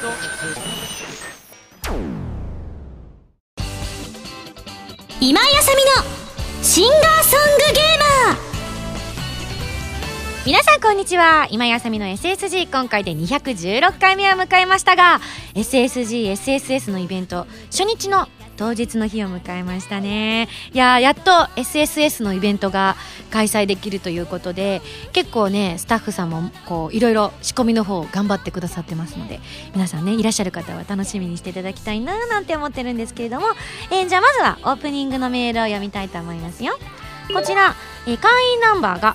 今井あさみのシンガーソングゲーマー。皆さんこんにちは。今井あさみの SSG 今回で216回目を迎えましたが、 SSG SSS のイベント初日の当日の日を迎えましたね。やっと SSS のイベントが開催できるということで、結構ねスタッフさんもこういろいろ仕込みの方頑張ってくださってますので、皆さんねいらっしゃる方は楽しみにしていただきたいななんて思ってるんですけれども、じゃあまずはオープニングのメールを読みたいと思いますよ。こちら、会員ナンバーが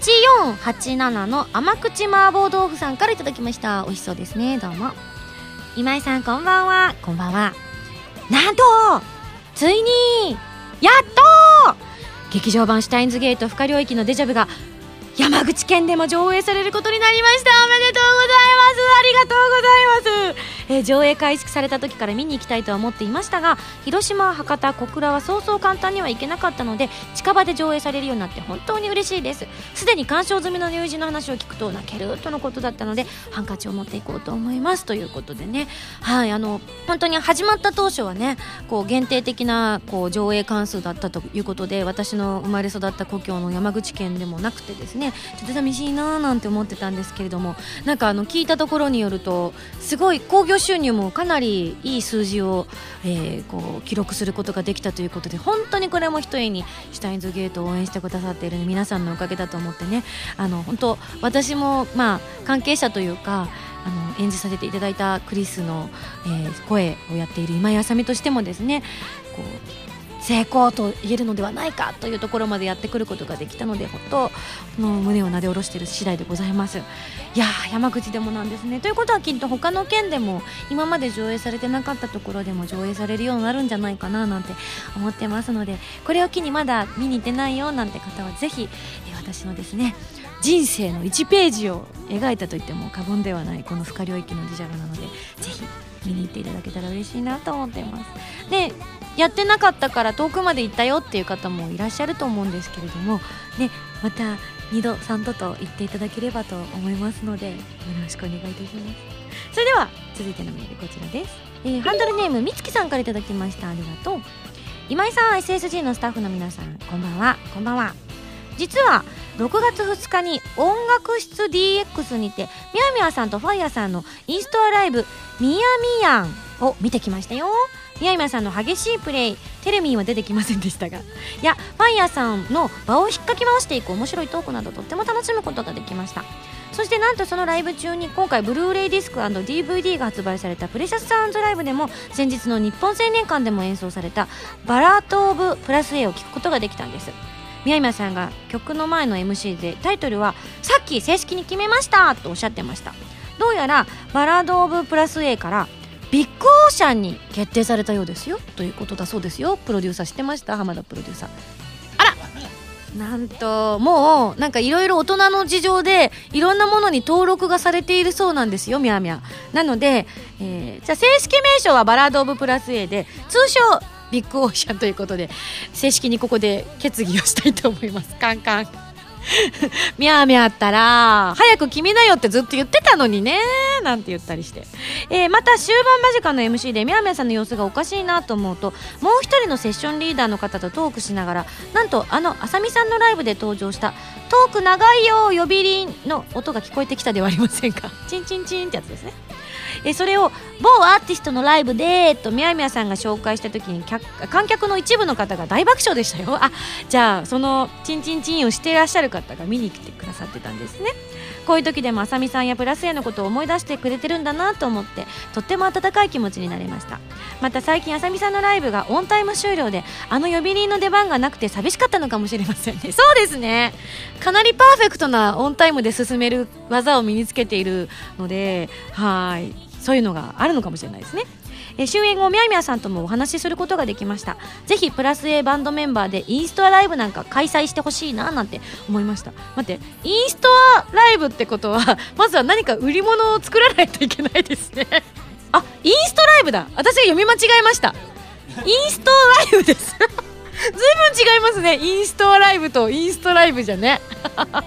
1487の甘口麻婆豆腐さんからいただきました。美味しそうですね。どうも今井さんこんばんは。こんばんは。なんとついにやっと劇場版シュタインズゲート不可領域のデジャブが山口県でも上映されることになりました。おめでとうございます。ありがとうございます。上映開始された時から見に行きたいとは思っていましたが、広島、博多、小倉はそうそう簡単には行けなかったので、近場で上映されるようになって本当に嬉しいです。すでに鑑賞済みの友人の話を聞くと泣けるとのことだったので、ハンカチを持っていこうと思いますということでね、はい、本当に始まった当初はねこう限定的なこう上映関数だったということで、私の生まれ育った故郷の山口県でもなくてですね、ちょっと寂しいななんて思ってたんですけれども、なんか聞いたところによるとすごい興行収入もかなりいい数字を、こう記録することができたということで、本当にこれも一重にシュタインズゲートを応援してくださっている皆さんのおかげだと思ってね、本当私も関係者というか演じさせていただいたクリスの、声をやっている今井あさみとしてもですね、こう成功と言えるのではないかというところまでやってくることができたので、本当胸をなで下ろしている次第でございます。いや山口でもなんですね。ということはきっと他の県でも今まで上映されてなかったところでも上映されるようになるんじゃないかななんて思ってますので、これを機にまだ見に行ってないよなんて方はぜひ、私のですね人生の1ページを描いたと言っても過言ではないこの不可領域のデジャブなので、ぜひ見に行っていただけたら嬉しいなと思っています。でやってなかったから遠くまで行ったよっていう方もいらっしゃると思うんですけれども、ね、また2度3度と言っていただければと思いますので、よろしくお願いいたします。それでは続いてのメールこちらです。ハンドルネームみつきさんからいただきました。ありがとう。今井さん、 SSG のスタッフの皆さんこんばんは。こんばんは。実は6月2日に音楽室 DX にてみやみやさんとファイヤーさんのインストアライブみやみやんを見てきましたよ。みやみやさんの激しいプレイ、テレミーは出てきませんでしたが、ファイヤーさんの場を引っかき回していく面白いトークなどとっても楽しむことができました。そしてなんとそのライブ中に今回ブルーレイディスク&DVD が発売されたプレシャスサウンズライブでも先日の日本青年館でも演奏されたバラード・オブ・プラス A を聴くことができたんです。みやみやさんが曲の前の MC でタイトルはさっき正式に決めましたとおっしゃってました。どうやらバラード・オブ・プラス A からビッグオーシャンに決定されたようですよということだそうですよ。プロデューサー知ってました？浜田プロデューサー。あら、なんともうなんかいろいろ大人の事情でいろんなものに登録がされているそうなんですよ、みやみや。なので、じゃあ正式名称はバラード・オブ・プラス A で、通称ビッグオーシャンということで正式にここで決議をしたいと思います。カンカンみやみやったら早く君だよってずっと言ってたのにねなんて言ったりして、また終盤間近の MC でみやみやさんの様子がおかしいなと思うと、もう一人のセッションリーダーの方とトークしながら、なんとあさみさんのライブで登場したトーク長いよ呼び鈴の音が聞こえてきたではありませんか。チンチンチンってやつですね。それを某アーティストのライブでとみやみやさんが紹介した時に観客の一部の方が大爆笑でしたよ。じゃあそのチンチンチンをしていらっしゃる方が見に来てくださってたんですね。こういう時でもあさみさんやプラス A のことを思い出してくれてるんだなと思って、とっても温かい気持ちになれました。また最近あさみさんのライブがオンタイム終了で呼び鈴の出番がなくて寂しかったのかもしれませんね。そうですね、かなりパーフェクトなオンタイムで進める技を身につけているので、そういうのがあるのかもしれないですね。終演後みやみやさんともお話しすることができました。ぜひプラス A バンドメンバーでインストアライブなんか開催してほしいななんて思いました。待って、インストアライブってことはまずは何か売り物を作らないといけないですねインストライブだ、私が読み間違えました。インストライブですずいぶん違いますね。インストアライブとインストライブじゃね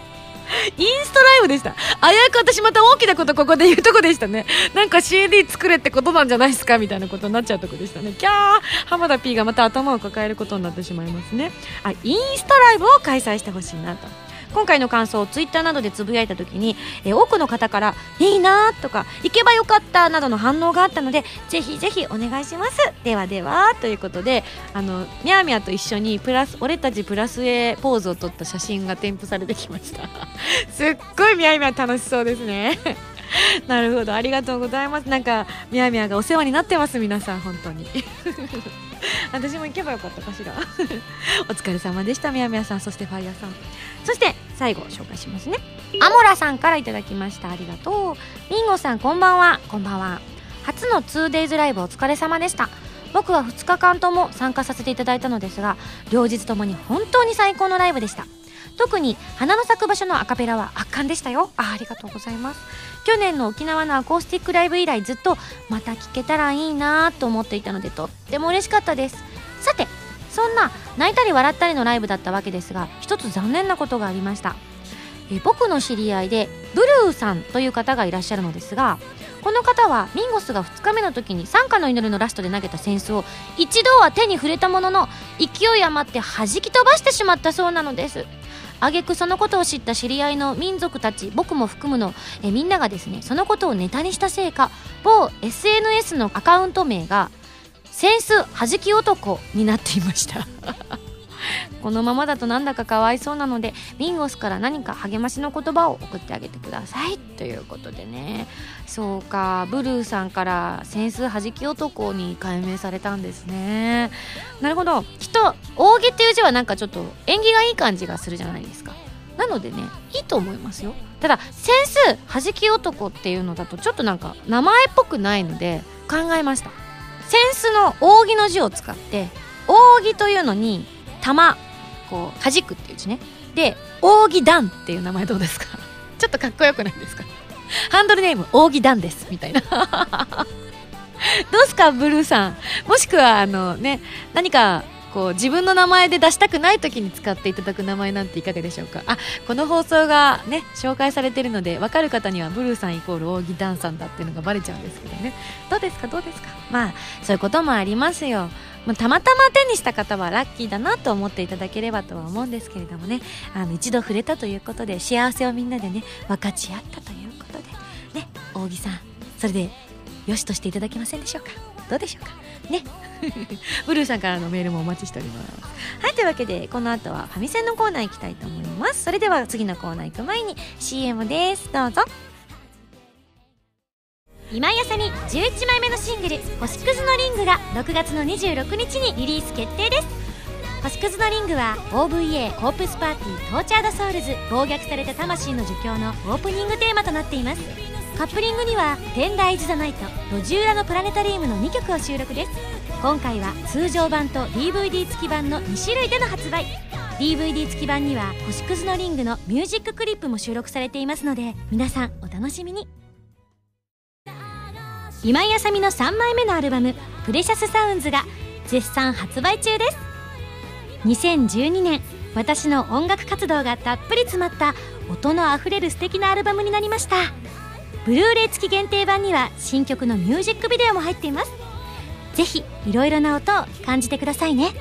インストライブでした。あやく私また大きなことここで言うとこでしたね。なんか CD 作れってことなんじゃないですかみたいなことになっちゃうとこでしたね。キャー、浜田 P がまた頭を抱えることになってしまいますね。インスタライブを開催してほしいなと。今回の感想をツイッターなどでつぶやいた時に、多くの方からいいなとか行けばよかったなどの反応があったので、ぜひぜひお願いします。ではではということで、みやみやと一緒に俺たちプラス A ポーズを撮った写真が添付されてきましたすっごいみやみや楽しそうですねなるほど、ありがとうございます。なんかみやみやがお世話になってます、皆さん本当に私も行けばよかったかしらお疲れ様でした、みやみやさん、そしてファイヤーさん。そして最後紹介しますね。アモラさんからいただきました。ありがとう。ミンゴさんこんばんは。こんばんは。初の 2days ライブお疲れ様でした。僕は2日間とも参加させていただいたのですが、両日ともに本当に最高のライブでした。特に花の咲く場所のアカペラは圧巻でしたよ。ありがとうございます。去年の沖縄のアコースティックライブ以来ずっとまた聴けたらいいなと思っていたので、とっても嬉しかったです。さて、そんな泣いたり笑ったりのライブだったわけですが、一つ残念なことがありました。僕の知り合いでブルーさんという方がいらっしゃるのですが、この方はミンゴスが2日目の時に賛歌の祈りのラストで投げた扇子を一度は手に触れたものの、勢い余って弾き飛ばしてしまったそうなのです。挙句そのことを知った知り合いの民族たち、僕も含むのみんながですね、そのことをネタにしたせいか、某 SNS のアカウント名が扇子弾き男になっていましたこのままだとなんだかかわいそうなので、ミンゴスから何か励ましの言葉を送ってあげてくださいということでね。そうか、ブルーさんから扇子弾き男に改名されたんですね。なるほど。きっと扇っていう字はなんかちょっと縁起がいい感じがするじゃないですか。なのでね、いいと思いますよ。ただ扇子弾き男っていうのだとちょっとなんか名前っぽくないので考えました。扇子の扇の字を使って、扇というのに玉こう弾くっていう字ね。で、扇団っていう名前どうですかちょっとかっこよくないですかハンドルネーム扇団ですみたいなどうすかブルーさん。もしくは何かこう自分の名前で出したくない時に使っていただく名前なんていかがでしょうか。この放送がね紹介されているので、分かる方にはブルーさんイコール扇団さんだっていうのがバレちゃうんですけどね。どうですか。まあそういうこともありますよ。たまたま手にした方はラッキーだなと思っていただければとは思うんですけれどもね、一度触れたということで幸せをみんなでね分かち合ったということでね、扇さんそれでよしとしていただけませんでしょうか。どうでしょうかねブルーさんからのメールもお待ちしております。はい、というわけでこの後はファミセンのコーナー行きたいと思います。それでは次のコーナー行く前に CM です。どうぞ。今井あさみ11枚目のシングル星屑のリングが6月の26日にリリース決定です。星屑のリングは OVA コープスパーティートーチャードソウルズ暴虐された魂の儒教のオープニングテーマとなっています。カップリングにはテンダイズ・ザ・ナイト、路地裏のプラネタリウムの2曲を収録です。今回は通常版と DVD 付き版の2種類での発売。 DVD 付き版には星屑のリングのミュージッククリップも収録されていますので、皆さんお楽しみに。今井あさみの3枚目のアルバムプレシャスサウンズが絶賛発売中です。2012年、私の音楽活動がたっぷり詰まった音のあふれる素敵なアルバムになりました。ブルーレイ付き限定版には新曲のミュージックビデオも入っています。ぜひいろいろな音を感じてくださいね。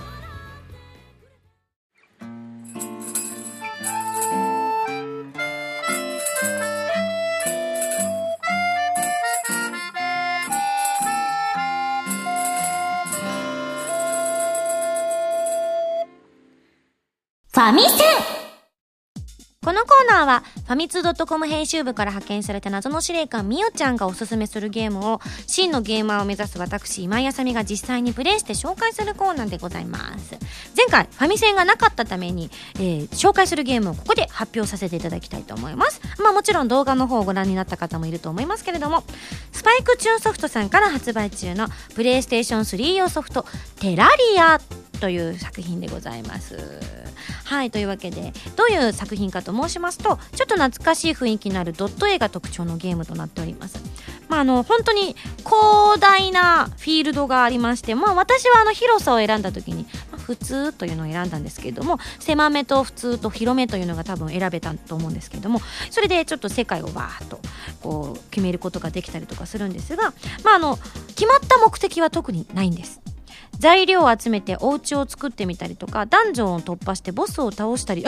ファミセン。このコーナーはファミツー .com 編集部から派遣された謎の司令官みおちゃんがおすすめするゲームを真のゲーマーを目指す私今井あさみが実際にプレイして紹介するコーナーでございます。前回ファミセンがなかったために、紹介するゲームをここで発表させていただきたいと思います。もちろん動画の方をご覧になった方もいると思いますけれども、スパイクチューンソフトさんから発売中のプレイステーション3用ソフトテラリアという作品でございます。はい、というわけでどういう作品かと申しますと、ちょっと懐かしい雰囲気のあるドット絵が特徴のゲームとなっております。本当に広大なフィールドがありまして、私は広さを選んだ時に、 普通というのを選んだんですけれども、狭めと普通と広めというのが多分選べたと思うんですけれども、それでちょっと世界をバーッとこう決めることができたりとかするんですが、決まった目的は特にないんです。材料を集めてお家を作ってみたりとか、ダンジョンを突破してボスを倒したり、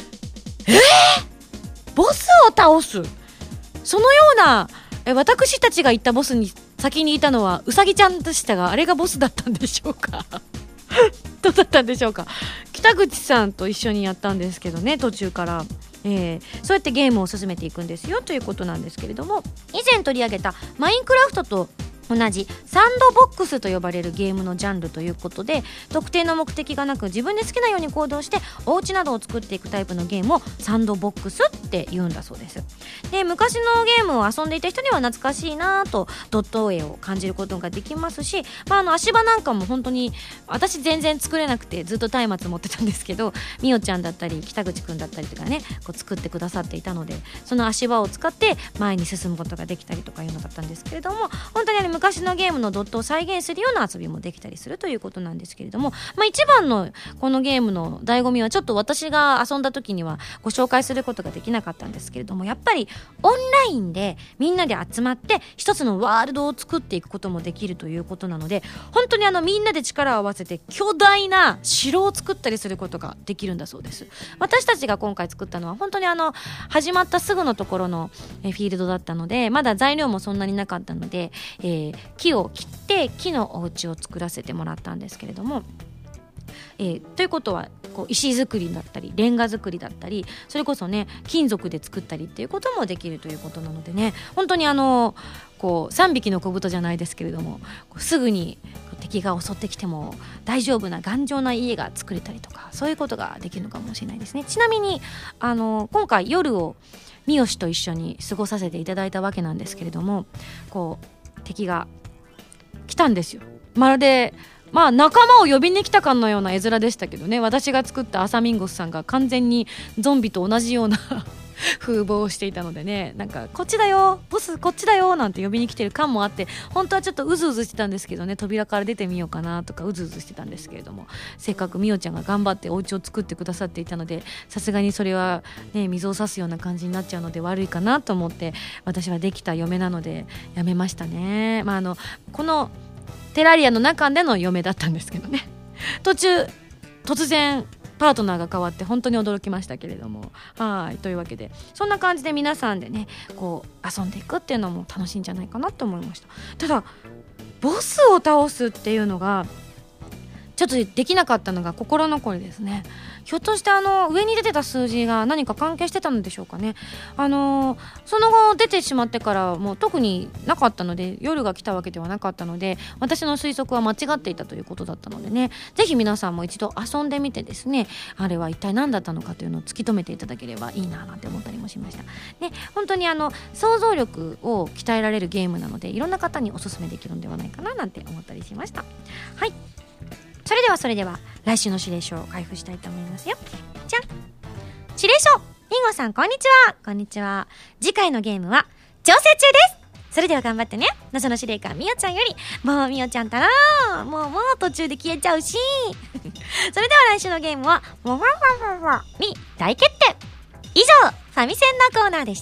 ボスを倒す、そのような私たちが行ったボスに先にいたのはウサギちゃんでしたが、あれがボスだったんでしょうかどうだったんでしょうか。北口さんと一緒にやったんですけどね、途中から、そうやってゲームを進めていくんですよということなんですけれども、以前取り上げたマインクラフトと同じサンドボックスと呼ばれるゲームのジャンルということで、特定の目的がなく自分で好きなように行動してお家などを作っていくタイプのゲームをサンドボックスって言うんだそうです。で、昔のゲームを遊んでいた人には懐かしいなとドット絵を感じることができますし、足場なんかも本当に私全然作れなくてずっと松明持ってたんですけど、みおちゃんだったり北口くんだったりとかね、こう作ってくださっていたので、その足場を使って前に進むことができたりとかいうのだったんですけれども、本当に昔のゲームのドットを再現するような遊びもできたりするということなんですけれども、一番のこのゲームの醍醐味はちょっと私が遊んだ時にはご紹介することができなかったんですけれども、やっぱりオンラインでみんなで集まって一つのワールドを作っていくこともできるということなので、本当にみんなで力を合わせて巨大な城を作ったりすることができるんだそうです。私たちが今回作ったのは本当に始まったすぐのところのフィールドだったので、まだ材料もそんなになかったので、木を切って木のお家を作らせてもらったんですけれども、ということはこう石造りだったりレンガ造りだったり、それこそね金属で作ったりっていうこともできるということなのでね、本当にこう3匹の小豚じゃないですけれども、すぐに敵が襲ってきても大丈夫な頑丈な家が作れたりとか、そういうことができるのかもしれないですね。ちなみに今回夜を三好と一緒に過ごさせていただいたわけなんですけれども、こう敵が来たんですよ。まるで仲間を呼びに来たかのような絵面でしたけどね、私が作ったアサミンゴスさんが完全にゾンビと同じような風貌をしていたのでね、なんかこっちだよボスこっちだよなんて呼びに来てる感もあって、本当はちょっとうずうずしてたんですけどね、扉から出てみようかなとかうずうずしてたんですけれども、せっかくみおちゃんが頑張ってお家を作ってくださっていたので、さすがにそれはね水を差すような感じになっちゃうので悪いかなと思って、私はできた嫁なのでやめましたね。このテラリアの中での嫁だったんですけどね、途中突然パートナーが変わって本当に驚きましたけれども、はいというわけでそんな感じで皆さんでねこう遊んでいくっていうのも楽しいんじゃないかなと思いました。ただボスを倒すっていうのがちょっとできなかったのが心残りですね。ひょっとして上に出てた数字が何か関係してたのでしょうかね。その後出てしまってからもう特になかったので、夜が来たわけではなかったので、私の推測は間違っていたということだったのでね、ぜひ皆さんも一度遊んでみてですね、あれは一体何だったのかというのを突き止めていただければいいななんて思ったりもしましたね。本当に想像力を鍛えられるゲームなので、いろんな方におすすめできるんではないかななんて思ったりしました。はい、それでは来週の指令書を開封したいと思いますよ。じゃん、指令書リンゴさんこんにちは。こんにちは。次回のゲームは調整中です。それでは頑張ってね。謎の司令官みおちゃんより、もうみおちゃんたらもう途中で消えちゃうしそれでは来週のゲームはもふわふわふわに大決定。以上ファミセンのコーナーでした。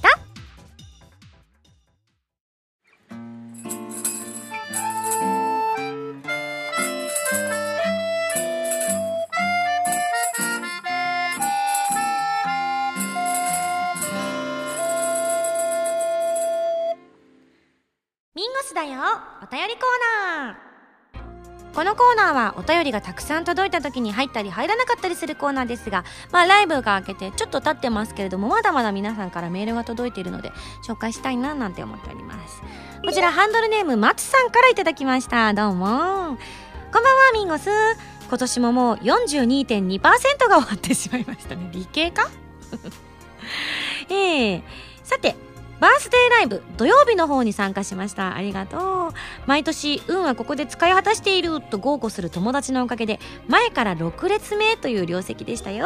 ミンゴスだよお便りコーナー。このコーナーはお便りがたくさん届いた時に入ったり入らなかったりするコーナーですが、ライブが明けてちょっと経ってますけれども、まだまだ皆さんからメールが届いているので紹介したいななんて思っております。こちらハンドルネーム松さんからいただきました。どうもこんばんはミンゴス。今年ももう 42.2% が終わってしまいましたね。理系かさてバースデーライブ土曜日の方に参加しました。ありがとう。毎年運はここで使い果たしていると豪語する友達のおかげで前から6列目という良席でしたよ。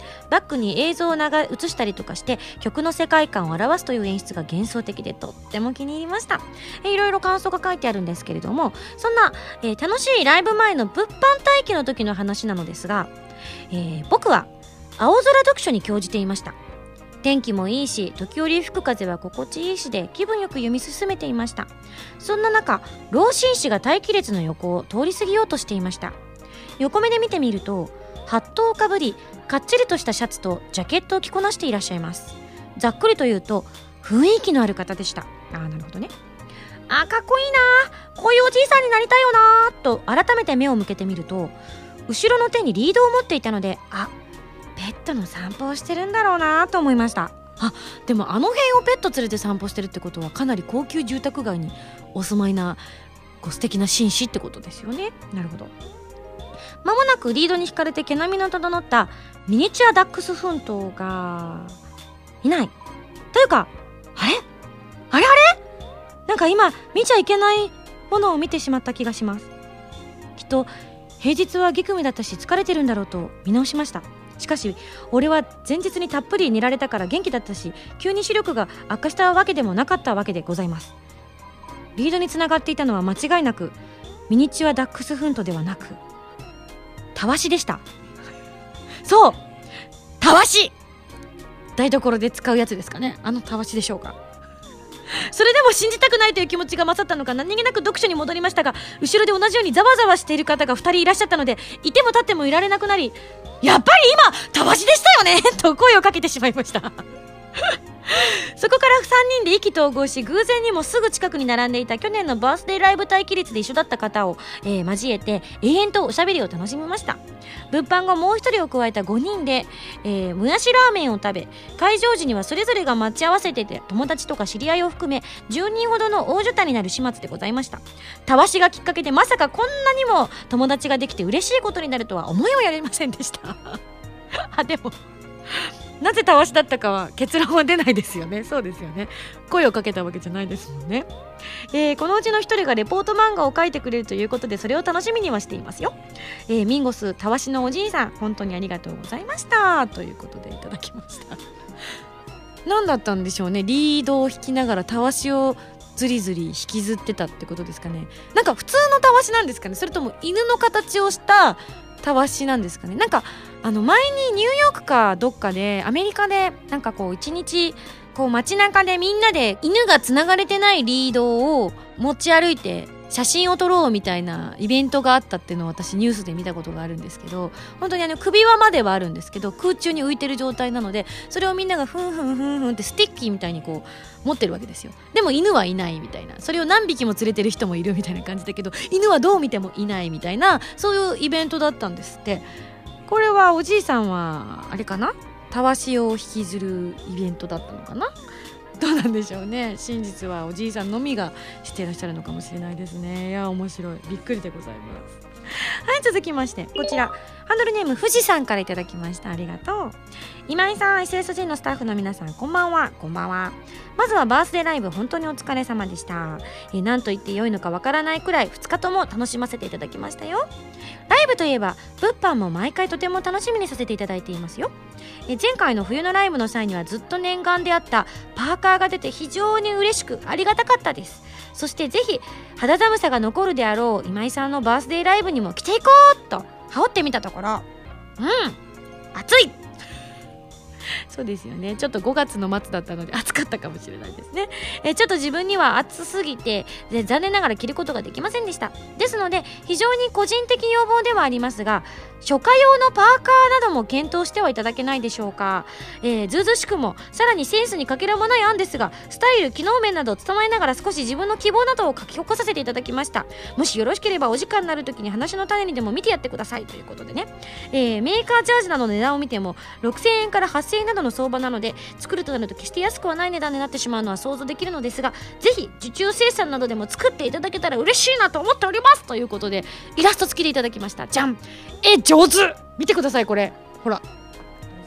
バックに映像を映したりとかして曲の世界観を表すという演出が幻想的でとっても気に入りました。いろいろ感想が書いてあるんですけれども、そんな、楽しいライブ前の物販待機の時の話なのですが、僕は青空読書に興じていました。天気もいいし、時折吹く風は心地いいしで気分よく読み進めていました。そんな中、老紳士が待機列の横を通り過ぎようとしていました。横目で見てみると、ハットをかぶり、かっちりとしたシャツとジャケットを着こなしていらっしゃいます。ざっくりと言うと雰囲気のある方でした。なるほどね。かっこいいな、こういうおじいさんになりたいよなと改めて目を向けてみると、後ろの手にリードを持っていたので、ペットの散歩をしてるんだろうなと思いました。でもあの辺をペット連れて散歩してるってことは、かなり高級住宅街にお住まいな素敵な紳士ってことですよね。なるほど。間もなくリードに引かれて毛並みの整ったミニチュアダックスフントがいないというか、あれなんか今見ちゃいけないものを見てしまった気がします。きっと平日は激務だったし疲れてるんだろうと見直しました。しかし俺は前日にたっぷり寝られたから元気だったし、急に視力が悪化したわけでもなかったわけでございます。リードにつながっていたのは間違いなくミニチュアダックスフントではなくたわしでした。そう、たわし、台所で使うやつですかね。たわしでしょうか。それでも信じたくないという気持ちが勝ったのか、何気なく読書に戻りましたが、後ろで同じようにざわざわしている方が2人いらっしゃったので、いても立ってもいられなくなり、やっぱり今たわしでしたよねと声をかけてしまいましたそこから3人で意気投合し、偶然にもすぐ近くに並んでいた去年のバースデーライブ待機列で一緒だった方を、交えて永遠とおしゃべりを楽しみました。物販後もう一人を加えた5人で、もやしラーメンを食べ、会場時にはそれぞれが待ち合わせていて友達とか知り合いを含め10人ほどの大所帯になる始末でございました。たわしがきっかけでまさかこんなにも友達ができて嬉しいことになるとは思いもやりませんでしたでもなぜたわしだったかは結論は出ないですよね。そうですよね。声をかけたわけじゃないですもんね。このうちの一人がレポート漫画を書いてくれるということで、それを楽しみにはしていますよ。ミンゴスたわしのおじいさん、本当にありがとうございましたということでいただきました何だったんでしょうね。リードを引きながらたわしをずりずり引きずってたってことですかね。なんか普通のたわしなんですかね、それとも犬の形をしたたわしなんですかね。なんか前にニューヨークかどっかでアメリカでなんかこう一日こう街中でみんなで犬がつながれてないリードを持ち歩いて写真を撮ろうみたいなイベントがあったっていうのを私ニュースで見たことがあるんですけど、本当に首輪まではあるんですけど空中に浮いてる状態なので、それをみんながふんふんふんふんってスティッキーみたいにこう持ってるわけですよ。でも犬はいないみたいな、それを何匹も連れてる人もいるみたいな感じだけど、犬はどう見てもいないみたいな、そういうイベントだったんですって。これはおじいさんはあれかな、たわしを引きずるイベントだったのかな、どうなんでしょうね。真実はおじいさんのみがしていらっしゃるのかもしれないですね。いや面白い、びっくりでございます。はい、続きましてこちらハンドルネーム富士山からいただきました。ありがとう。今井さん、 SSG のスタッフの皆さん、こんばんは。こんばんは。まずはバースデーライブ本当にお疲れ様でした。なんと言って良いのかわからないくらい2日とも楽しませていただきましたよ。ライブといえば物販も毎回とても楽しみにさせていただいていますよ。前回の冬のライブの際にはずっと念願であったパーカーが出て非常に嬉しくありがたかったです。そしてぜひ肌寒さが残るであろう今井さんのバースデーライブにも着ていこうと羽織ってみたところ、暑いそうですよね。ちょっと5月の末だったので暑かったかもしれないですね。ちょっと自分には暑すぎて残念ながら着ることができませんでした。ですので非常に個人的要望ではありますが、初夏用のパーカーなども検討してはいただけないでしょうか。ずうずうしくもさらにセンスに欠けるもない案ですが、スタイル機能面などを務まりながら少し自分の希望などを書き起こさせていただきました。もしよろしければお時間になるときに話の種にでも見てやってくださいということでね。メーカーチャージなどの値段を見ても6000円から8000円などの相場なので、作るとなると決して安くはない値段になってしまうのは想像できるのですが、ぜひ受注生産などでも作っていただけたら嬉しいなと思っておりますということで、イラスト付きでいただきました。じゃん、上手、見てくださいこれ、ほら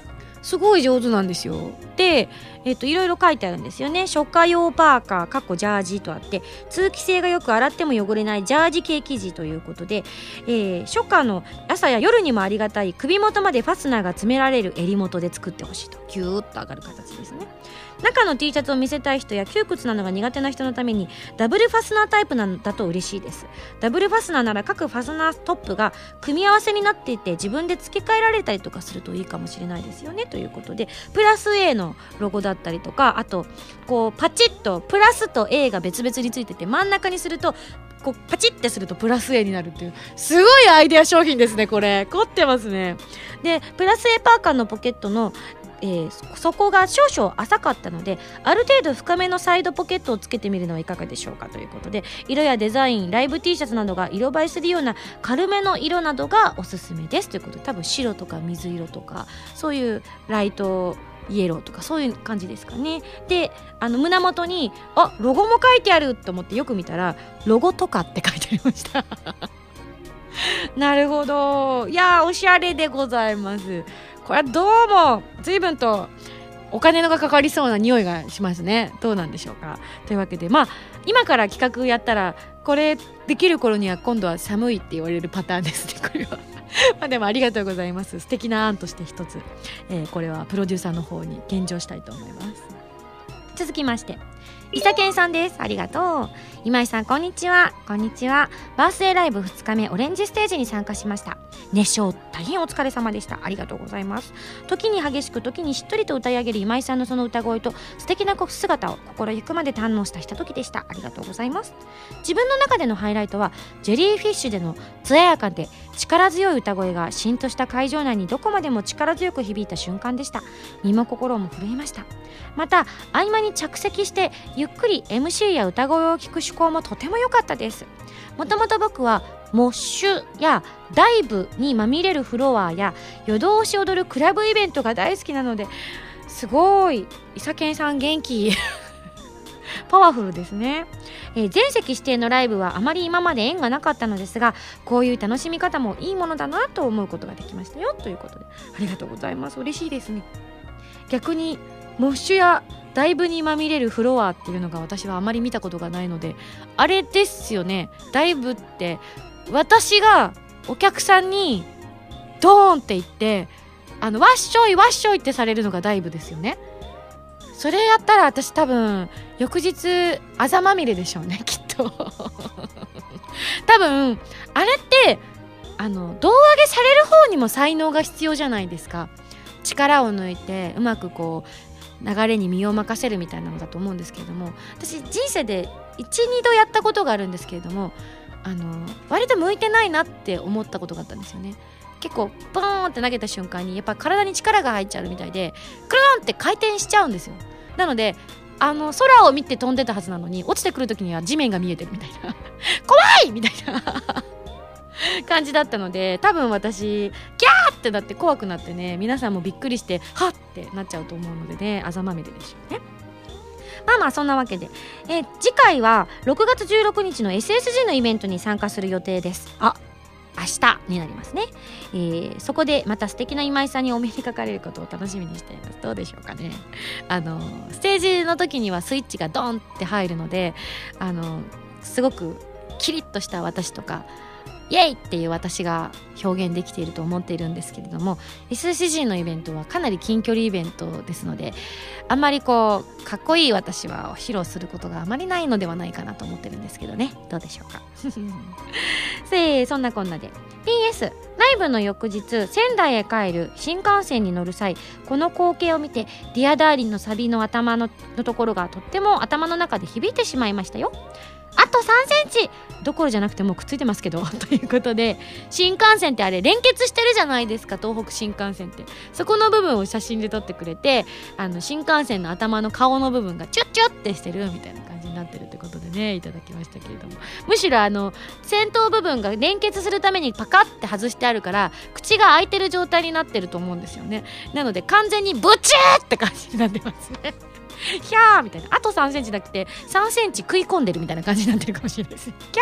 すごい上手なんですよ。で、いろいろ書いてあるんですよね。初夏用パーカージャージとあって、通気性がよく洗っても汚れないジャージ系生地ということで、初夏の朝や夜にもありがたい首元までファスナーが詰められる襟元で作ってほしいと、ギューッと上がる形ですね。中の T シャツを見せたい人や窮屈なのが苦手な人のためにダブルファスナータイプなんだと嬉しいです。ダブルファスナーなら各ファスナートップが組み合わせになっていて、自分で付け替えられたりとかするといいかもしれないですよねということで、プラス A のロゴだったりとか、あとこうパチッとプラスと A が別々についてて、真ん中にするとこうパチッてするとプラス A になるっていう、すごいアイデア商品ですね。これ凝ってますね。でプラス A パーカーのポケットの底が少々浅かったので、ある程度深めのサイドポケットをつけてみるのはいかがでしょうかということで、色やデザイン、ライブ T シャツなどが色映えするような軽めの色などがおすすめですということで、多分白とか水色とかそういうライトイエローとかそういう感じですかね。で胸元にロゴも書いてあると思ってよく見たら、ロゴとかって書いてありましたなるほど。いやおしゃれでございます。これはどうも随分とお金のがかかりそうな匂いがしますね。どうなんでしょうか。というわけで、今から企画やったらこれできる頃には今度は寒いって言われるパターンですね、これはでもありがとうございます。素敵な案として一つ、これはプロデューサーの方に現状したいと思います。続きまして伊佐健さんです。ありがとう。今井さんこんにちは。こんにちは。バースデーライブ2日目オレンジステージに参加しました。熱唱大変お疲れ様でした。ありがとうございます。時に激しく時にしっとりと歌い上げる今井さんのその歌声と素敵な姿を心ゆくまで堪能したひとときでした。ありがとうございます。自分の中でのハイライトはジェリーフィッシュでの艶やかで力強い歌声が浸透した会場内にどこまでも力強く響いた瞬間でした。身も心も震えました。また合間に着席してゆっくり MC や歌声を聞く趣向もとても良かったです。もともと僕はモッシュやダイブにまみれるフロアや夜通し踊るクラブイベントが大好きなので、すごい伊佐健さん元気パワフルですね。全席指定のライブはあまり今まで縁がなかったのですが、こういう楽しみ方もいいものだなと思うことができましたよということで、ありがとうございます。嬉しいですね。逆にモッシュやダイブにまみれるフロアっていうのが私はあまり見たことがないので、あれですよね、ダイブって私がお客さんにドーンって言ってわっしょいわっしょいってされるのがダイブですよね。それやったら私多分翌日あざまみれでしょうね、きっと多分あれって胴上げされる方にも才能が必要じゃないですか。力を抜いてうまくこう流れに身を任せるみたいなのだと思うんですけれども、私人生で 1,2 度やったことがあるんですけれども、割と向いてないなって思ったことがあったんですよね。結構ボーンって投げた瞬間にやっぱ体に力が入っちゃうみたいで、クルーンって回転しちゃうんですよ。なので空を見て飛んでたはずなのに落ちてくる時には地面が見えてるみたいな怖いみたいな感じだったので、多分私ギャーってなって怖くなってね、皆さんもびっくりしてはってなっちゃうと思うのでね、あざまみれでしょうね。そんなわけで、次回は6月16日の SSG のイベントに参加する予定です。明日になりますね。そこでまた素敵な今井さんにお目にかかれることを楽しみにしています。どうでしょうかね。ステージの時にはスイッチがドンって入るので、すごくキリッとした私とかイエイっていう私が表現できていると思っているんですけれども、 SSG のイベントはかなり近距離イベントですので、あんまりこうかっこいい私は披露することがあまりないのではないかなと思ってるんですけどね。どうでしょうかそんなこんなで PS ライブの翌日仙台へ帰る新幹線に乗る際、この光景を見てディアダーリンのサビの頭のところがとっても頭の中で響いてしまいましたよ。あと3センチどころじゃなくてもうくっついてますけどということで、新幹線ってあれ連結してるじゃないですか、東北新幹線って。そこの部分を写真で撮ってくれて、新幹線の頭の顔の部分がチュッチュッってしてるみたいな感じになってるってことでね、いただきましたけれども、むしろ先頭部分が連結するためにパカッて外してあるから口が開いてる状態になってると思うんですよね。なので完全にブチーって感じになってますねひゃーみたいな、あと3センチなくて3センチ食い込んでるみたいな感じになってるかもしれないです。キャッ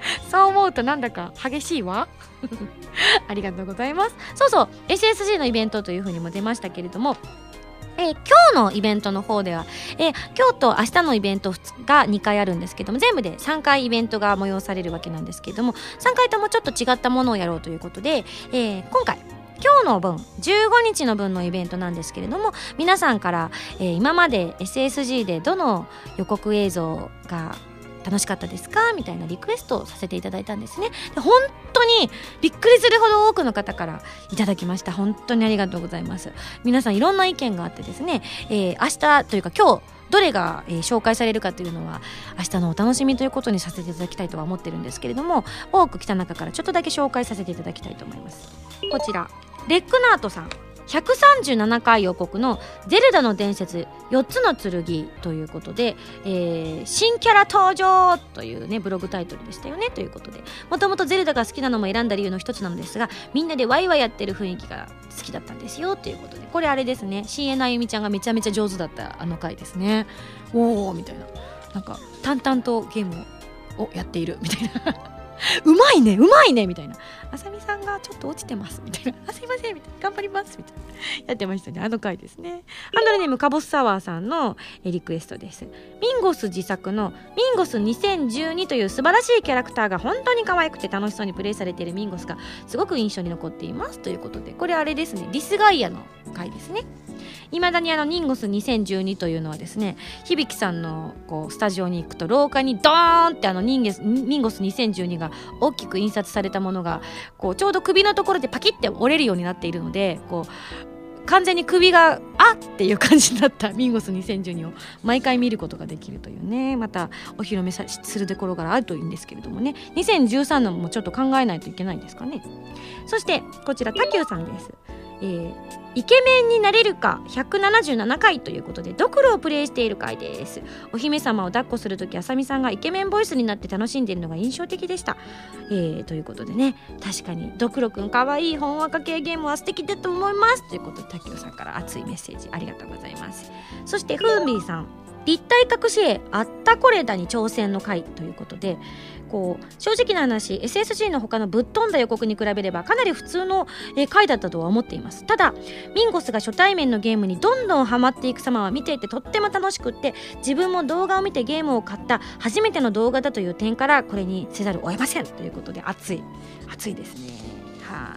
そう思うとなんだか激しいわありがとうございます。そうそう SSG のイベントというふうにも出ましたけれども、今日のイベントの方では、今日と明日のイベントが2回あるんですけども、全部で3回イベントが催されるわけなんですけれども、3回ともちょっと違ったものをやろうということで、今日の分15日の分のイベントなんですけれども、皆さんから、今まで SSG でどの予告映像が楽しかったですかみたいなリクエストをさせていただいたんですね。で本当にびっくりするほど多くの方からいただきました。本当にありがとうございます。皆さんいろんな意見があってですね、明日というか今日どれが、紹介されるかというのは明日のお楽しみということにさせていただきたいとは思ってるんですけれども、多く来た中からちょっとだけ紹介させていただきたいと思います。こちらレックナートさん、137回予告のゼルダの伝説4つの剣ということで、新キャラ登場というねブログタイトルでしたよね。ということで、もともとゼルダが好きなのも選んだ理由の一つなのですが、みんなでワイワイやってる雰囲気が好きだったんですよということで、これあれですね、深淵あゆみちゃんがめちゃめちゃ上手だったあの回ですね。おーみたいな、なんか淡々とゲームをやっているみたいなうまいねうまいねみたいな、あさみさんがちょっと落ちてますみたいな、あすいませんみたいな、頑張りますみたいなやってましたね、あの回ですね。ハンドルネームカボスサワーさんのリクエストです。ミンゴス自作のミンゴス2012という素晴らしいキャラクターが本当に可愛くて楽しそうにプレイされているミンゴスがすごく印象に残っていますということで、これあれですね、ディスガイアの回ですね。いまだにニンゴス2012というのはですね、響さんのこうスタジオに行くと廊下にドーンってミンゴス2012が大きく印刷されたものがこうちょうど首のところでパキッて折れるようになっているので、こう完全に首があっていう感じになったミンゴス2012を毎回見ることができるというね、またお披露目するところからあるといいんですけれどもね、2013年もちょっと考えないといけないんですかね。そしてこちらタキューさんです。イケメンになれるか177回ということで、ドクロをプレイしている回です。お姫様を抱っこするときあさみさんがイケメンボイスになって楽しんでいるのが印象的でした、ということでね、確かにドクロくんかわいい、ほんわか系ゲームは素敵だと思いますということで、タキオさんから熱いメッセージありがとうございます。そしてフーミーさん、立体隠し絵あったこれだに挑戦の回ということで、こう正直な話 SSG の他のぶっ飛んだ予告に比べればかなり普通の回だったとは思っています。ただミンゴスが初対面のゲームにどんどんハマっていく様は見ていてとっても楽しくって、自分も動画を見てゲームを買った初めての動画だという点からこれにせざるを得ませんということで、熱いですね。はい、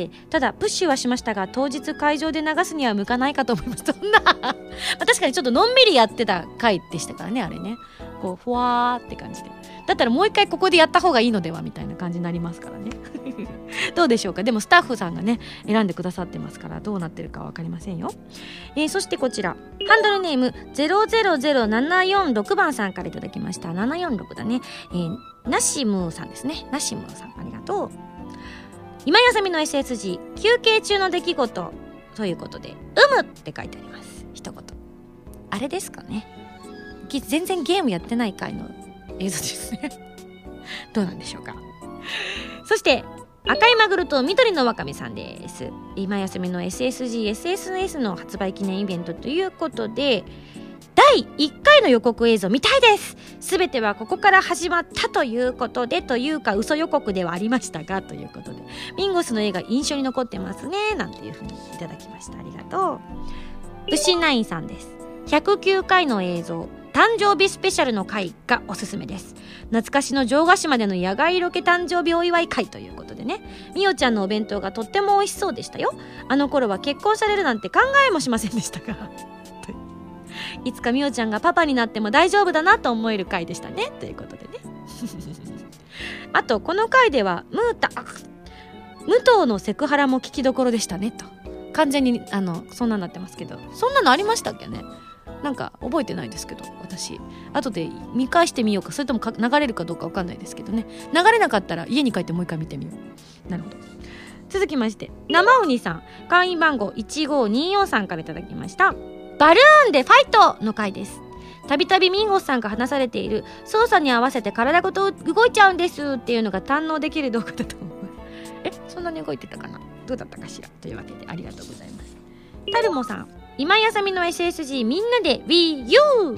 ただプッシュはしましたが当日会場で流すには向かないかと思います。そんな確かにちょっとのんびりやってた回でしたからね、あれね、こうふわーって感じで、だったらもう一回ここでやった方がいいのではみたいな感じになりますからねどうでしょうか。でもスタッフさんがね選んでくださってますからどうなってるか分かりませんよ。そしてこちらハンドルネーム000746番さんからいただきました。746だね、ナシムーさんですね。ナシムーさんありがとう。今やさみの SSG 休憩中の出来事ということでむって書いてあります。一言あれですかね、全然ゲームやってない回の映像ですねどうなんでしょうか。そして赤いマグロと緑のワカメさんです。今休みの SSG/SSS の発売記念イベントということで第1回の予告映像見たいです。すべてはここから始まったということで、というか嘘予告ではありましたがということで、ミンゴスの映画印象に残ってますねなんていうふうにいただきました。ありがとう。牛ナインさんです。109回の映像誕生日スペシャルの回がおすすめです。懐かしの城ヶ島での野外ロケ誕生日お祝い会ということでね、みおちゃんのお弁当がとっても美味しそうでしたよ。あの頃は結婚されるなんて考えもしませんでしたがいつかみおちゃんがパパになっても大丈夫だなと思える回でしたねということでねあとこの回では武藤のセクハラも聞きどころでしたねと、完全にそんなになってますけど、そんなのありましたっけね。なんか覚えてないですけど、私後で見返してみようか、それとも流れるかどうか分かんないですけどね、流れなかったら家に帰ってもう一回見てみよう。なるほど。続きまして生鬼さん、会員番号1524さんからいただきました。バルーンでファイトの回です。たびたびミンゴスさんが話されている操作に合わせて体ごと動いちゃうんですっていうのが堪能できる動画だと思うそんなに動いてたかな、どうだったかしら。というわけでありがとうございます。タルモさん、今やさみの SSG みんなで Wii U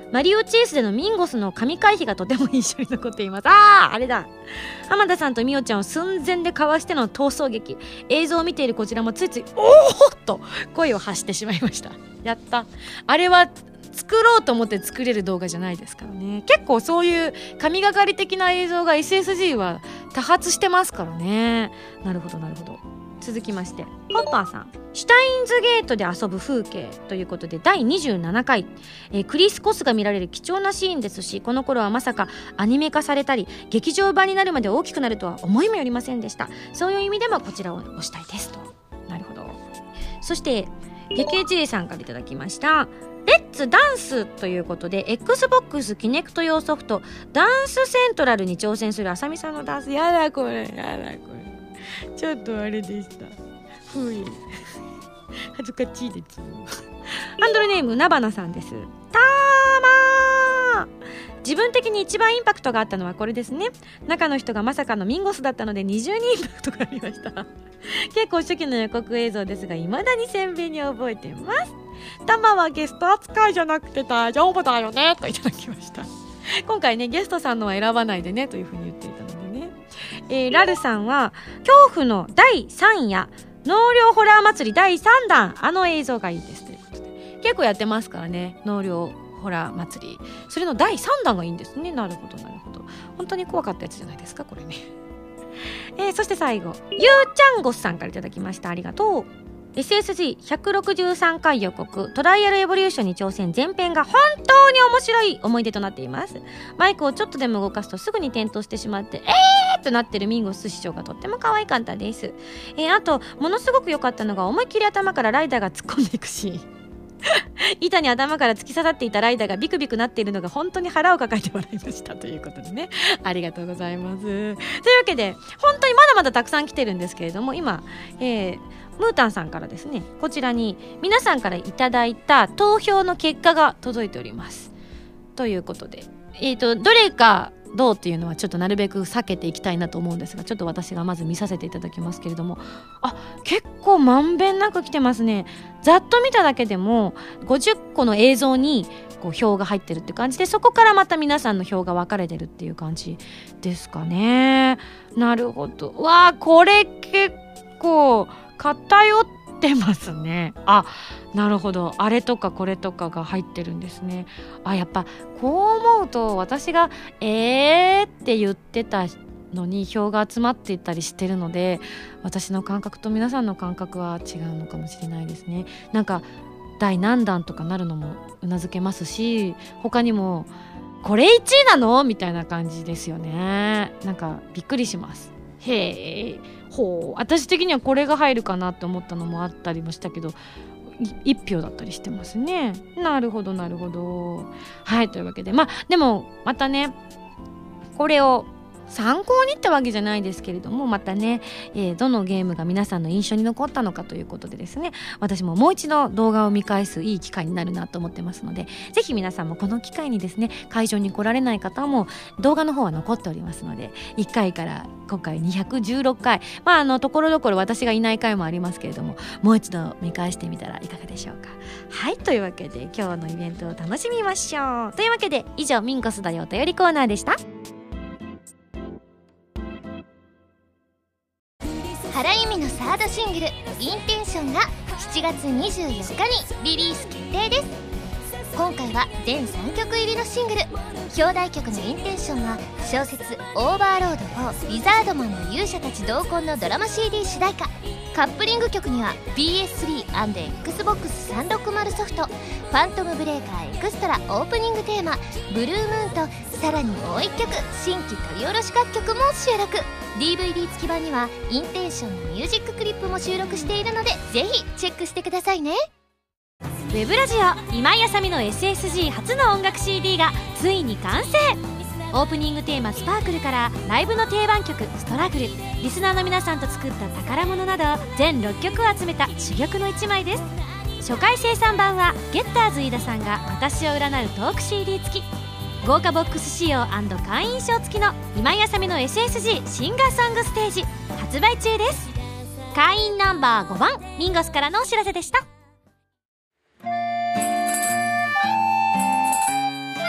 マリオチェイスでのミンゴスの神回避がとても印象に残っています。あれだ。浜田さんとみおちゃんを寸前でかわしての逃走劇、映像を見ているこちらもついついおーっと声を発してしまいました。やった。あれは作ろうと思って作れる動画じゃないですからね。結構そういう神がかり的な映像が SSG は多発してますからね。なるほどなるほど。続きましてホッパーさん、シュタインズゲートで遊ぶ風景ということで第27回、クリス・コスが見られる貴重なシーンですし、この頃はまさかアニメ化されたり劇場版になるまで大きくなるとは思いもよりませんでした。そういう意味でもこちらを推したいですと。なるほど。そしてゲケジェイさんからいただきましたレッツダンスということで Xbox キネクト用ソフトダンスセントラルに挑戦するあさみさんのダンス。やだこれちょっとあれでした。恥ずかしいです。ハンドルネームなばなさんです。たーまー。自分的に一番インパクトがあったのはこれですね。中の人がまさかのミンゴスだったので二重にインパクトがありました結構初期の予告映像ですが未だに鮮明に覚えています。タマはゲスト扱いじゃなくて大丈夫だよねといただきました。今回ねゲストさんのは選ばないでねというふうに言っていたのでね、ラルさんは恐怖の第3夜納涼ホラー祭り第3弾あの映像がいいですということで、結構やってますからね納涼ホラー祭り、それの第3弾がいいんですね。なるほどなるほど。本当に怖かったやつじゃないですかこれね。そして最後ゆうちゃんごすさんからいただきました。ありがとう。SSG163 回予告トライアルエボリューションに挑戦前編が本当に面白い思い出となっています。マイクをちょっとでも動かすとすぐに転倒してしまってとなってるミンゴス師匠がとっても可愛かったです。あとものすごく良かったのが思いっきり頭からライダーが突っ込んでいくシーン板に頭から突き刺さっていたライダーがビクビクなっているのが本当に腹を抱えて笑いましたということでね、ありがとうございます。というわけで本当にまだまだたくさん来てるんですけれども、今、ムータンさんからですねこちらに皆さんからいただいた投票の結果が届いておりますということで、どれかどうっていうのはちょっとなるべく避けていきたいなと思うんですが、ちょっと私がまず見させていただきますけれども、結構まんべんなく来てますね。ざっと見ただけでも50個の映像にこう票が入ってるって感じで、そこからまた皆さんの票が分かれてるっていう感じですかね。なるほど。わー、これ結構偏ってますね。なるほど。あれとかこれとかが入ってるんですね。やっぱこう思うと私がって言ってたのに票が集まっていったりしてるので、私の感覚と皆さんの感覚は違うのかもしれないですね。なんか第何弾とかなるのもうなずけますし、他にもこれ1位なのみたいな感じですよね。なんかびっくりします。私的にはこれが入るかなって思ったのもあったりもしたけど1票だったりしてますね。なるほどなるほど。はい、というわけででもまたねこれを参考にってわけじゃないですけれども、またね、どのゲームが皆さんの印象に残ったのかということでですね、私ももう一度動画を見返すいい機会になるなと思ってますので、ぜひ皆さんもこの機会にですね会場に来られない方も動画の方は残っておりますので、1回から今回216回ところどころ私がいない回もありますけれども、もう一度見返してみたらいかがでしょうか。はい、というわけで今日のイベントを楽しみましょう。というわけで以上ミンゴスだよお便りコーナーでした。 原由美のサードシングル「インテンション」が7月24日にリリース決定です。今回は全3曲入りのシングル。表題曲の「インテンション」は小説「オーバーロード4リザードマンの勇者たち同梱」のドラマ CD 主題歌。カップリング曲には PS3&Xbox360 ソフト「ファントムブレーカーエクストラ」オープニングテーマ「ブルームーン」とさらにもう1曲新規取り下ろし楽曲も収録。 DVD 付き版にはインテンションのミュージッククリップも収録しているのでぜひチェックしてくださいね。 ウェブラジオ今井あさみの SSG 初の音楽 CD がついに完成。オープニングテーマ「スパークル」からライブの定番曲「ストラグル」、リスナーの皆さんと作った宝物など全6曲を集めた珠玉の1枚です。初回生産版はゲッターズ飯田さんが私を占うトーク CD 付き、豪華ボックス仕様&会員証付きの今井あさみの SSG シンガーソングステージ発売中です。会員ナンバー5番ミンゴスからのお知らせでした。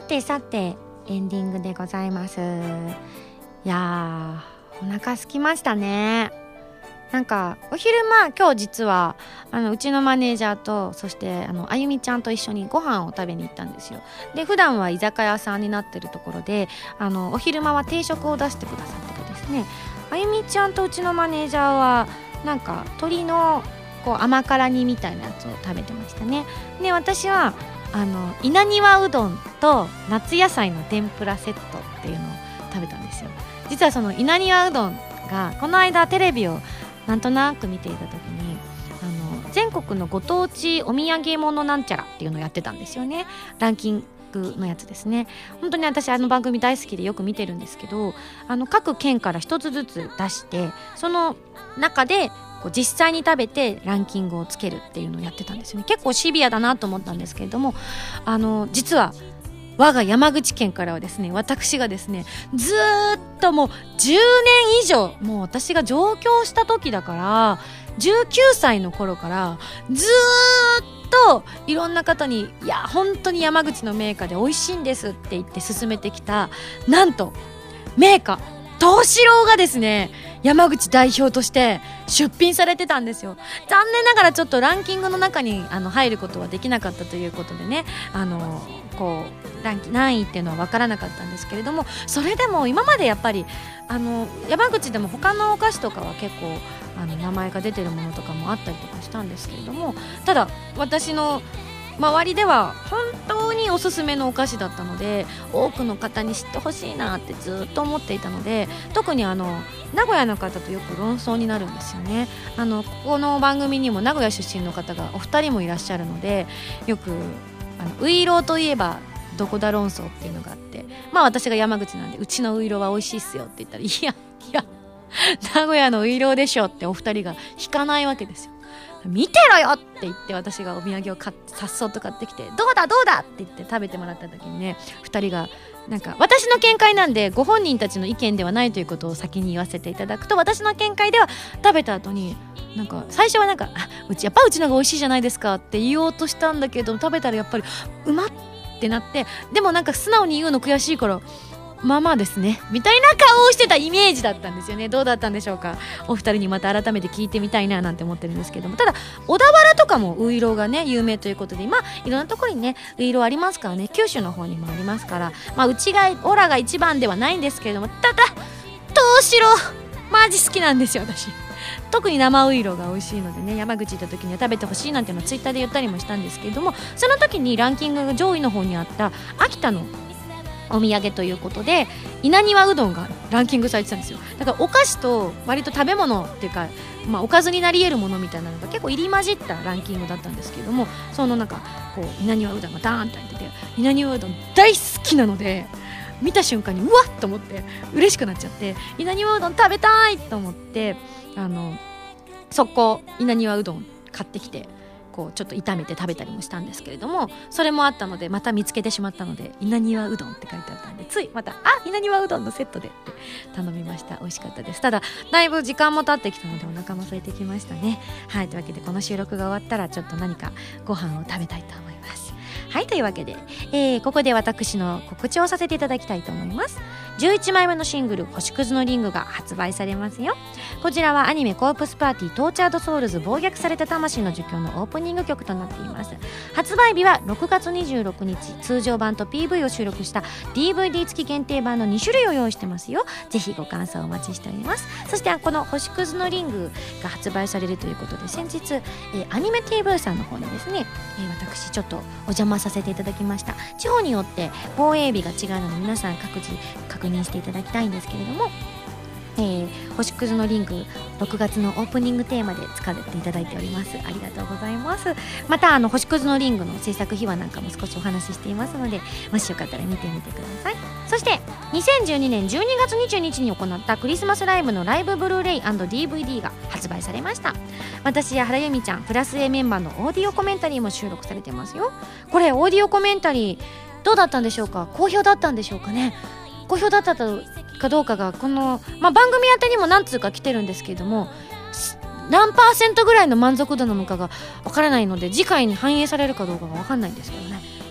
てエンディングでございます。いやー、お腹空きましたね。なんかお昼間、今日実はうちのマネージャーと、そしてあゆみちゃんと一緒にご飯を食べに行ったんですよ。で、普段は居酒屋さんになってるところでお昼間は定食を出してくださっててですね、あゆみちゃんとうちのマネージャーはなんか鶏のこう甘辛煮みたいなやつを食べてましたね。で、私は稲庭うどんと夏野菜の天ぷらセットっていうのを食べたんですよ。実はその稲庭うどんがこの間テレビをなんとなく見ていた時に全国のご当地お土産物なんちゃらっていうのをやってたんですよね。ランキングのやつですね。本当に私番組大好きでよく見てるんですけど、各県から一つずつ出して、その中でこう実際に食べてランキングをつけるっていうのをやってたんですよね。結構シビアだなと思ったんですけれども、実は我が山口県からはですね、私がですね、ずーっともう10年以上、もう私が上京した時だから19歳の頃からずーっといろんな方に、いや本当に山口の銘菓で美味しいんですって言って勧めてきた、なんと銘菓東四郎がですね、山口代表として出品されてたんですよ。残念ながらちょっとランキングの中に入ることはできなかったということでね、こう何位っていうのは分からなかったんですけれども、それでも今までやっぱり山口でも他のお菓子とかは結構名前が出てるものとかもあったりとかしたんですけれども、ただ私の周りでは本当におすすめのお菓子だったので、多くの方に知ってほしいなってずっと思っていたので、特に名古屋の方とよく論争になるんですよね。ここの番組にも名古屋出身の方がお二人もいらっしゃるので、よくういろうといえばどこだ論争っていうのがあって、私が山口なんで、うちのういろうは美味しいっすよって言ったら、いや名古屋のういろうでしょってお二人が引かないわけですよ。見てろよって言って、私がお土産をさっそうと買ってきて、どうだって言って食べてもらった時にね、2人がなんか、私の見解なんでご本人たちの意見ではないということを先に言わせていただくと、私の見解では食べた後になんか最初はなんか、やっぱうちのが美味しいじゃないですかって言おうとしたんだけど、食べたらやっぱりうまってなって、でもなんか素直に言うの悔しいから、まあまあですねみたいな顔をしてたイメージだったんですよね。どうだったんでしょうか。お二人にまた改めて聞いてみたいななんて思ってるんですけども、ただ小田原とかもういろうがね有名ということで、いろんなところにねういろうありますからね、九州の方にもありますから、うちがオラが一番ではないんですけれども、ただ東四郎マジ好きなんですよ私。特に生ういろうが美味しいのでね、山口行った時には食べてほしいなんていうのをツイッターで言ったりもしたんですけれども、その時にランキングが上位の方にあった秋田のお土産ということで稲庭うどんがランキングされてたんですよ。だからお菓子と割と食べ物っていうか、おかずになり得るものみたいなのが結構入り混じったランキングだったんですけれども、その中こう稲庭うどんがダーンと入ってて、稲庭うどん大好きなので見た瞬間にうわっと思って嬉しくなっちゃって、稲庭うどん食べたいと思って速攻稲庭うどん買ってきて、こうちょっと炒めて食べたりもしたんですけれども、それもあったのでまた見つけてしまったので、稲庭うどんって書いてあったんで、ついまた稲庭うどんのセットでって頼みました。美味しかったです。ただだいぶ時間も経ってきたのでお腹も空いてきましたね。はい、というわけでこの収録が終わったらちょっと何かご飯を食べたいと思います。はい、というわけで、ここで私の告知をさせていただきたいと思います。11枚目のシングル星屑のリングが発売されますよ。こちらはアニメコープスパーティートーチャードソウルズ暴虐された魂の儒教のオープニング曲となっています。発売日は6月26日、通常版と PV を収録した DVD 付き限定版の2種類を用意してますよ。ぜひご感想お待ちしております。そしてこの星屑のリングが発売されるということで、先日、アニメ TV さんの方にですね、私ちょっとお邪魔させていただきました。地方によって放映日が違うので皆さん各自確認していただきたいんですけれども、星屑のリング6月のオープニングテーマで使っていただいております。ありがとうございます。また星屑のリングの制作秘話なんかも少しお話ししていますので、もしよかったら見てみてください。そして2012年12月22日に行ったクリスマスライブのライブブルーレイ &DVD が発売されました。私や原由美ちゃんプラス A メンバーのオーディオコメンタリーも収録されてますよ。これオーディオコメンタリーどうだったんでしょうか。好評だったんでしょうかね。好評だったかどうかがこの、番組宛てにも何通か来てるんですけれども、何%ぐらいの満足度なのかがわからないので、次回に反映されるかどうかがわかんないんですけどね。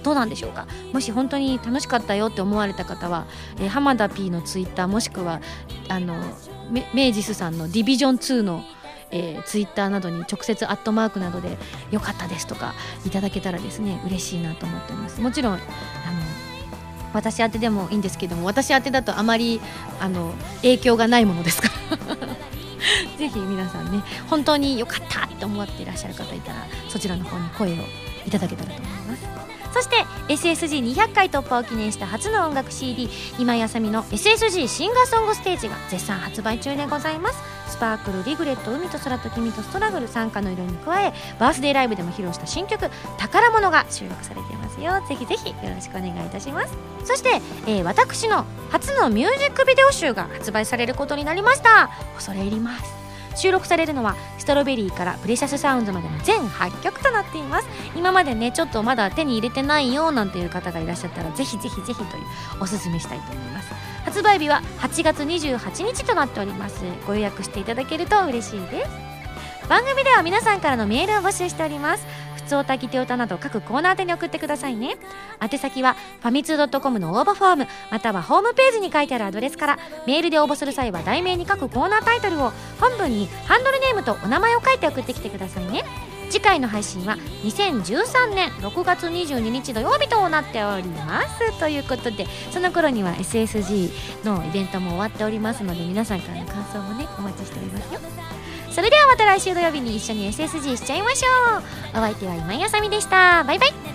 どうなんでしょうか。もし本当に楽しかったよって思われた方は、浜田 P のツイッターもしくはメイジスさんのディビジョン2のツイッターなどに直接アットマークなどで良かったですとかいただけたらですね嬉しいなと思っております。もちろん私宛てでもいいんですけども、私宛てだとあまり影響がないものですからぜひ皆さんね本当に良かったって思っていらっしゃる方いたらそちらの方に声をいただけたらと思います。そして SSG200 回突破を記念した初の音楽 CD 今井あさみの SSG シンガーソングステージが絶賛発売中でございます。スパークル、リグレット、海と空と君とストラグル、参加の色に加えバースデーライブでも披露した新曲宝物が収録されていますよ。ぜひぜひよろしくお願いいたします。そして、私の初のミュージックビデオ集が発売されることになりました。恐れ入ります。収録されるのはストロベリーからプレシャスサウンズまでの全8曲となっています。今までねちょっとまだ手に入れてないよなんていう方がいらっしゃったらぜひぜひぜひというおすすめしたいと思います。発売日は8月28日となっております。ご予約していただけると嬉しいです。番組では皆さんからのメールを募集しております。ふつおたぎておたなど各コーナー宛てに送ってくださいね。宛先はファミツー .com の応募フォームまたはホームページに書いてあるアドレスから。メールで応募する際は題名に各コーナータイトルを、本文にハンドルネームとお名前を書いて送ってきてくださいね。次回の配信は2013年6月22日土曜日となっておりますということで、その頃には SSG のイベントも終わっておりますので皆さんからの感想もねお待ちしておりますよ。それではまた来週土曜日に一緒に SSG しちゃいましょう。お相手は今井あさみでした。バイバイ。